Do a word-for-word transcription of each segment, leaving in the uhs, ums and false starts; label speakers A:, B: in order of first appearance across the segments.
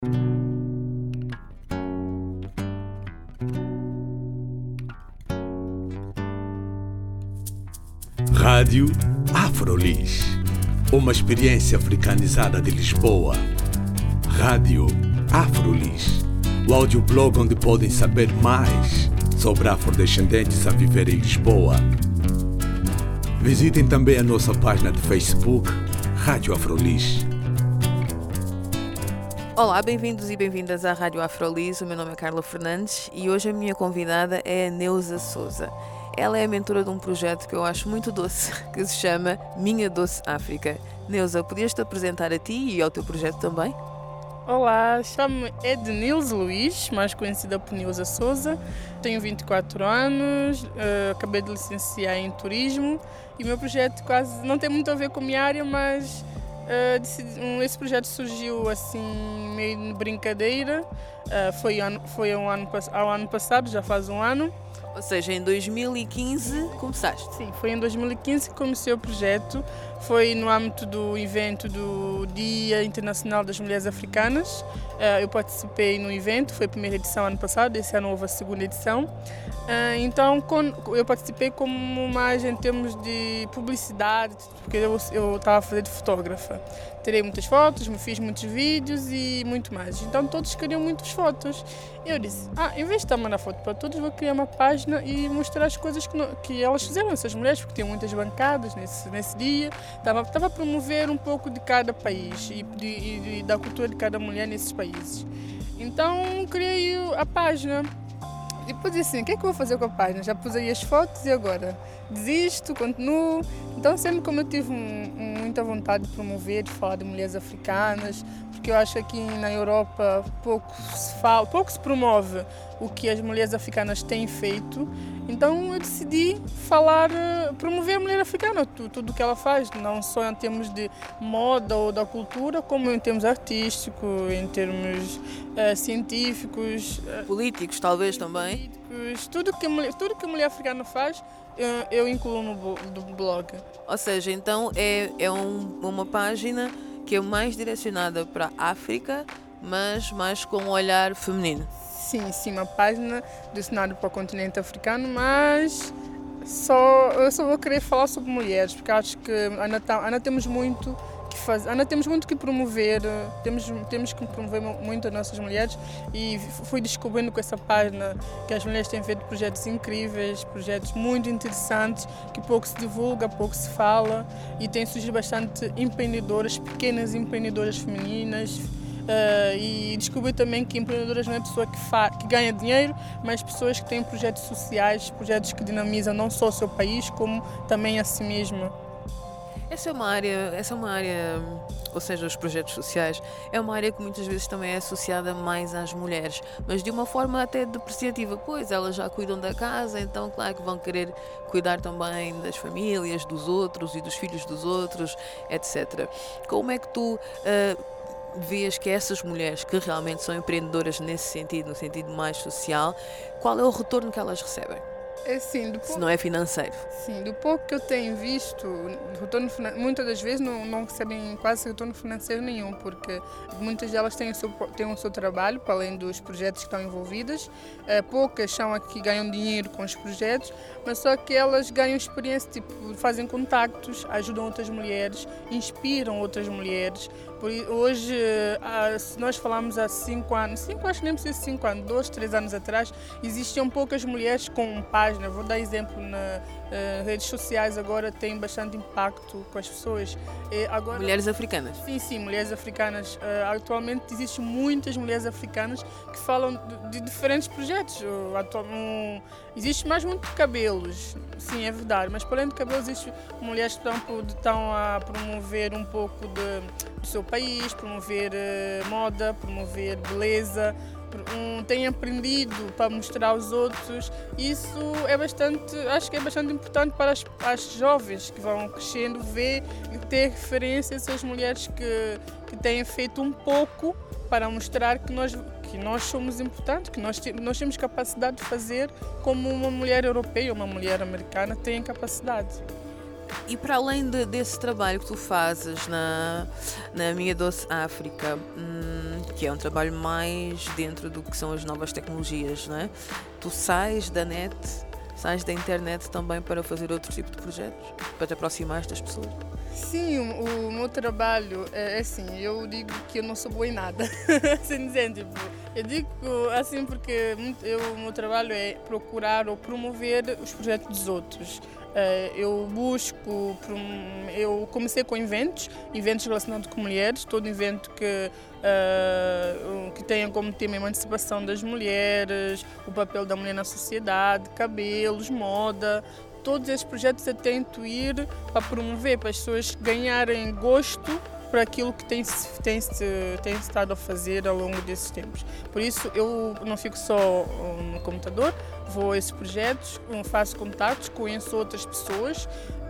A: Rádio Afrolis, uma experiência africanizada de Lisboa. Rádio Afrolis, o audioblog onde podem saber mais sobre afrodescendentes a viver em Lisboa. Visitem também a nossa página de Facebook, Rádio Afrolis.
B: Olá, bem-vindos e bem-vindas à Rádio Afrolis. O meu nome é Carla Fernandes e hoje a minha convidada é a Neuza Souza. Ela é a mentora de um projeto que eu acho muito doce, que se chama Minha Doce África. Neuza, podias-te apresentar a ti e ao teu projeto também?
C: Olá, chamo-me Ednilze Luiz, mais conhecida por Neuza Souza. Tenho vinte e quatro anos, uh, acabei de licenciar em turismo e o meu projeto quase não tem muito a ver com a minha área, mas uh, decidi, um, esse projeto surgiu assim meio de brincadeira. Uh, foi ano, foi ao ano, ao ano passado, já faz um ano.
B: Ou seja, em dois mil e quinze começaste?
C: Sim, foi em dois mil e quinze que comecei o projeto. Foi no âmbito do evento do Dia Internacional das Mulheres Africanas. Eu participei no evento, foi a primeira edição ano passado, esse ano houve a segunda edição. Então eu participei como mais em termos de publicidade, porque eu estava a fazer de fotógrafa. Tirei muitas fotos, me fiz muitos vídeos e muito mais. Então todos queriam muitas fotos. Eu disse, ah, em vez de estar a mandar foto para todos, vou criar uma página e mostrar as coisas que, não, que elas fizeram, essas mulheres, porque tinham muitas bancadas nesse, nesse dia. Estava, estava a promover um pouco de cada país e, de, e da cultura de cada mulher nesses países. Então criei a página. E depois disse assim, o que é que eu vou fazer com a página? Já pus aí as fotos e agora? Desisto, continuo. Então sempre como eu tive um, um, muita vontade de promover, de falar de mulheres africanas, porque eu acho que aqui na Europa pouco se fala, pouco se promove o que as mulheres africanas têm feito. Então eu decidi falar, promover a mulher africana, tudo o que ela faz, não só em termos de moda ou da cultura, como em termos artísticos, em termos uh, científicos. Uh,
B: políticos talvez também.
C: Políticos, tudo que a mulher, tudo que a mulher africana faz, eu, eu incluo no, no blog.
B: Ou seja, então é, é um, uma página que é mais direcionada para a África, mas mais com um olhar feminino.
C: Sim, sim, uma página direcionada para o continente africano, mas só, eu só vou querer falar sobre mulheres, porque acho que ainda, tá, ainda temos muito que fazer, ainda temos muito que promover, temos, temos que promover muito as nossas mulheres e fui descobrindo com essa página que as mulheres têm feito projetos incríveis, projetos muito interessantes, que pouco se divulga, pouco se fala e tem surgido bastante empreendedoras, pequenas empreendedoras femininas. Uh, e descobri também que empreendedoras não é pessoa que, fa- que ganha dinheiro, mas pessoas que têm projetos sociais, projetos que dinamizam não só o seu país, como também a si mesma.
B: Essa é uma área, essa é uma área, ou seja, os projetos sociais, é uma área que muitas vezes também é associada mais às mulheres, mas de uma forma até depreciativa, pois elas já cuidam da casa, então claro que vão querer cuidar também das famílias, dos outros e dos filhos dos outros, etcétera. Como é que tu uh, vês que essas mulheres que realmente são empreendedoras nesse sentido, no sentido mais social, qual é o retorno que elas recebem?
C: É sim, do pouco,
B: se não é financeiro.
C: Sim, do pouco que eu tenho visto, retorno, muitas das vezes não, não recebem quase retorno financeiro nenhum, porque muitas delas têm o seu, têm o seu trabalho, para além dos projetos que estão envolvidas. É, poucas são as que ganham dinheiro com os projetos, mas só que elas ganham experiência, tipo, fazem contactos, ajudam outras mulheres, inspiram outras mulheres. Por, hoje, se nós falamos há cinco anos, cinco acho que nem precisa de cinco anos, dois, três anos atrás, existiam poucas mulheres com página. Vou dar exemplo, nas uh, redes sociais agora tem bastante impacto com as pessoas. E agora,
B: mulheres africanas?
C: Sim, sim, mulheres africanas. Uh, atualmente existem muitas mulheres africanas que falam de, de diferentes projetos. Uh, atual, um, existe mais muito de cabelos, sim, é verdade, mas por além de cabelos existem mulheres que estão, estão a promover um pouco de, do seu país, promover uh, moda, promover beleza, um, têm aprendido para mostrar aos outros. Isso é bastante, acho que é bastante importante para as, as jovens que vão crescendo, ver e ter referência a essas mulheres que, que têm feito um pouco para mostrar que nós, que nós somos importantes, que nós, te, nós temos capacidade de fazer como uma mulher europeia, uma mulher americana tem capacidade.
B: E para além de, desse trabalho que tu fazes na, na Minha Doce África, hum, que é um trabalho mais dentro do que são as novas tecnologias, não é? Tu sais da net, sais da internet também para fazer outro tipo de projetos, para te aproximar das pessoas?
C: Sim, o, o meu trabalho é assim, eu digo que eu não sou boa em nada, assim dizendo, tipo, eu digo assim porque eu, o meu trabalho é procurar ou promover os projetos dos outros. Eu busco, eu comecei com eventos, eventos relacionados com mulheres, todo evento que, que tenha como tema a emancipação das mulheres, o papel da mulher na sociedade, cabelos, moda. Todos esses projetos eu tento ir para promover, para as pessoas ganharem gosto para aquilo que tem, tem, tem estado a fazer ao longo desses tempos. Por isso eu não fico só no computador, vou a esses projetos, faço contatos, conheço outras pessoas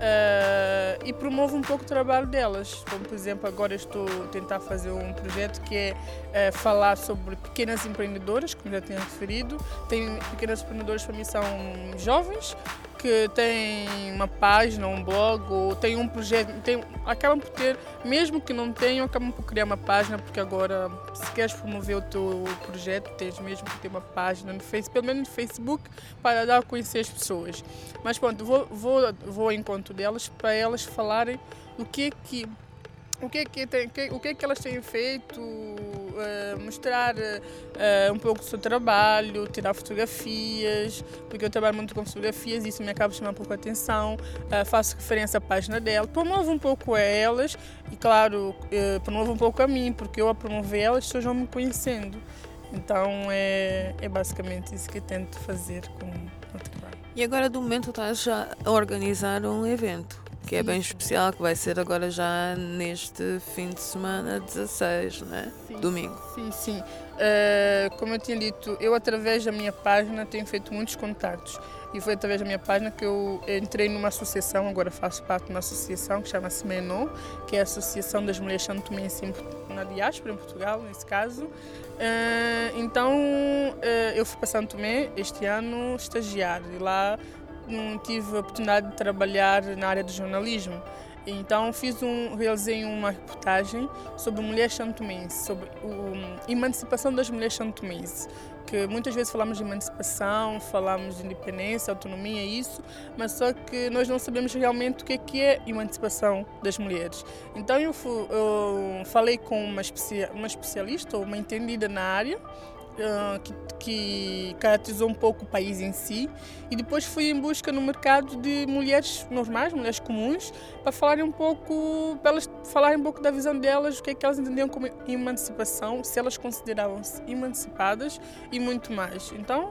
C: uh, e promovo um pouco o trabalho delas. Como, por exemplo, agora estou a tentar fazer um projeto que é uh, falar sobre pequenas empreendedoras, como já tinha referido. Tem pequenas empreendedoras, para mim, são jovens, que têm uma página, um blog, ou têm um projeto, tem, acabam por ter, mesmo que não tenham, acabam por criar uma página, porque agora, se queres promover o teu projeto, tens mesmo que ter uma página no Facebook, pelo menos no Facebook, para dar a conhecer as pessoas. Mas pronto, vou, vou, vou ao encontro delas, para elas falarem o que é que O que, é que tem, o que é que elas têm feito, uh, mostrar uh, um pouco do seu trabalho, tirar fotografias, porque eu trabalho muito com fotografias e isso me acaba chamando um pouco a atenção, uh, faço referência à página dela, promovo um pouco a elas e, claro, uh, promovo um pouco a mim, porque eu a promover elas, as pessoas vão me conhecendo. Então é, é basicamente isso que eu tento fazer com o trabalho.
B: E agora, do momento, estás já a organizar um evento, que é bem especial, que vai ser agora já neste fim de semana, dezasseis, não é?
C: Sim.
B: Domingo.
C: Sim, sim. Uh, como eu tinha dito, eu através da minha página tenho feito muitos contatos. E foi através da minha página que eu entrei numa associação, agora faço parte de uma associação que chama-se MENO, que é a Associação das Mulheres Santomenses na Diáspora, em Portugal, nesse caso. Uh, então, uh, eu fui para Santo Tomé este ano estagiar e lá um, tive a oportunidade de trabalhar na área do jornalismo. Então fiz um, realizei uma reportagem sobre mulheres santomenses, sobre a emancipação das mulheres santomenses, que muitas vezes falamos de emancipação, falamos de independência, autonomia, isso, mas só que nós não sabemos realmente o que é, que é emancipação das mulheres. Então eu, fui, eu falei com uma, especia, uma especialista, ou uma entendida na área, Uh, que, que caracterizou um pouco o país em si, e depois fui em busca no mercado de mulheres normais, mulheres comuns, para falarem um pouco, para elas falarem um pouco da visão delas, o que é que elas entendiam como emancipação, se elas consideravam-se emancipadas e muito mais. Então,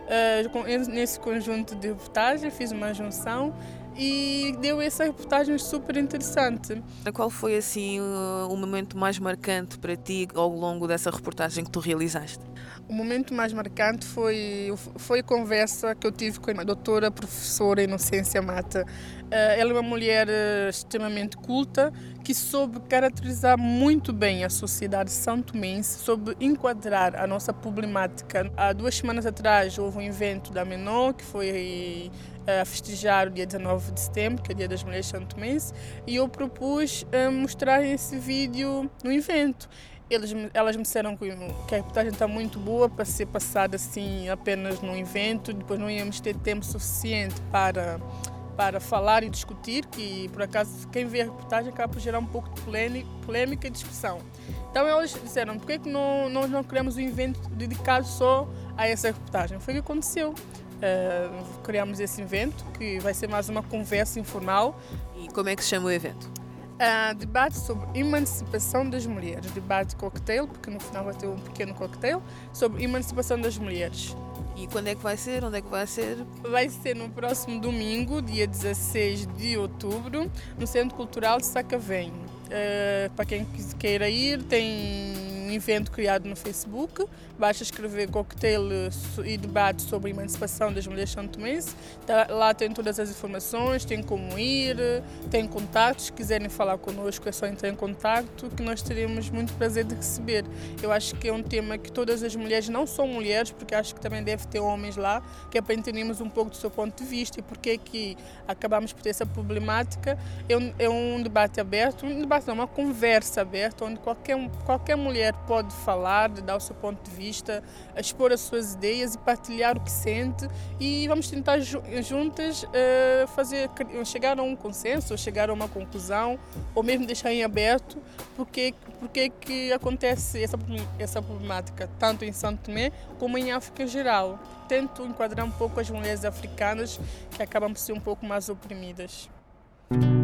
C: uh, nesse conjunto de reportagem, fiz uma junção e deu essa reportagem super interessante.
B: Qual foi assim o, o momento mais marcante para ti ao longo dessa reportagem que tu realizaste?
C: O momento mais marcante foi, foi a conversa que eu tive com a doutora professora Inocência Mata. Ela é uma mulher extremamente culta que soube caracterizar muito bem a sociedade santomense, soube enquadrar a nossa problemática. Há duas semanas atrás houve um evento da MENO que foi a festejar o dia dezenove de setembro, que é o Dia das Mulheres Santomenses, e eu propus mostrar esse vídeo no evento. Eles, elas me disseram que a reportagem está muito boa para ser passada assim apenas num evento, depois não íamos ter tempo suficiente para, para falar e discutir, que por acaso quem vê a reportagem acaba por gerar um pouco de polêmica e discussão. Então elas disseram, por que, que não, nós não criamos um evento dedicado só a essa reportagem? Foi o que aconteceu. Uh, criamos esse evento, que vai ser mais uma conversa informal.
B: E como é que se chama o evento?
C: Uh, debate sobre emancipação das mulheres, debate cocktail, porque no final vai ter um pequeno cocktail, sobre emancipação das mulheres.
B: E quando é que vai ser? Onde é que vai ser?
C: Vai ser no próximo domingo, dia dezasseis de outubro, no Centro Cultural de Sacavém. Uh, para quem queira ir, tem um evento criado no Facebook, basta escrever cocktail e debate sobre a emancipação das mulheres santomenses. Lá tem todas as informações, tem como ir, tem contatos, se quiserem falar connosco é só entrar em contato, que nós teremos muito prazer de receber. Eu acho que é um tema que todas as mulheres, não só mulheres, porque acho que também deve ter homens lá, que é para entendermos um pouco do seu ponto de vista e porque é que acabamos por ter essa problemática. É um, é um debate aberto, um debate não, uma conversa aberta, onde qualquer, qualquer mulher pode falar, dar o seu ponto de vista, expor as suas ideias e partilhar o que sente, e vamos tentar juntas uh, fazer, chegar a um consenso, ou chegar a uma conclusão, ou mesmo deixar em aberto porque, porque que acontece essa, essa problemática, tanto em São Tomé como em África em geral. Tento enquadrar um pouco as mulheres africanas que acabam por ser um pouco mais oprimidas.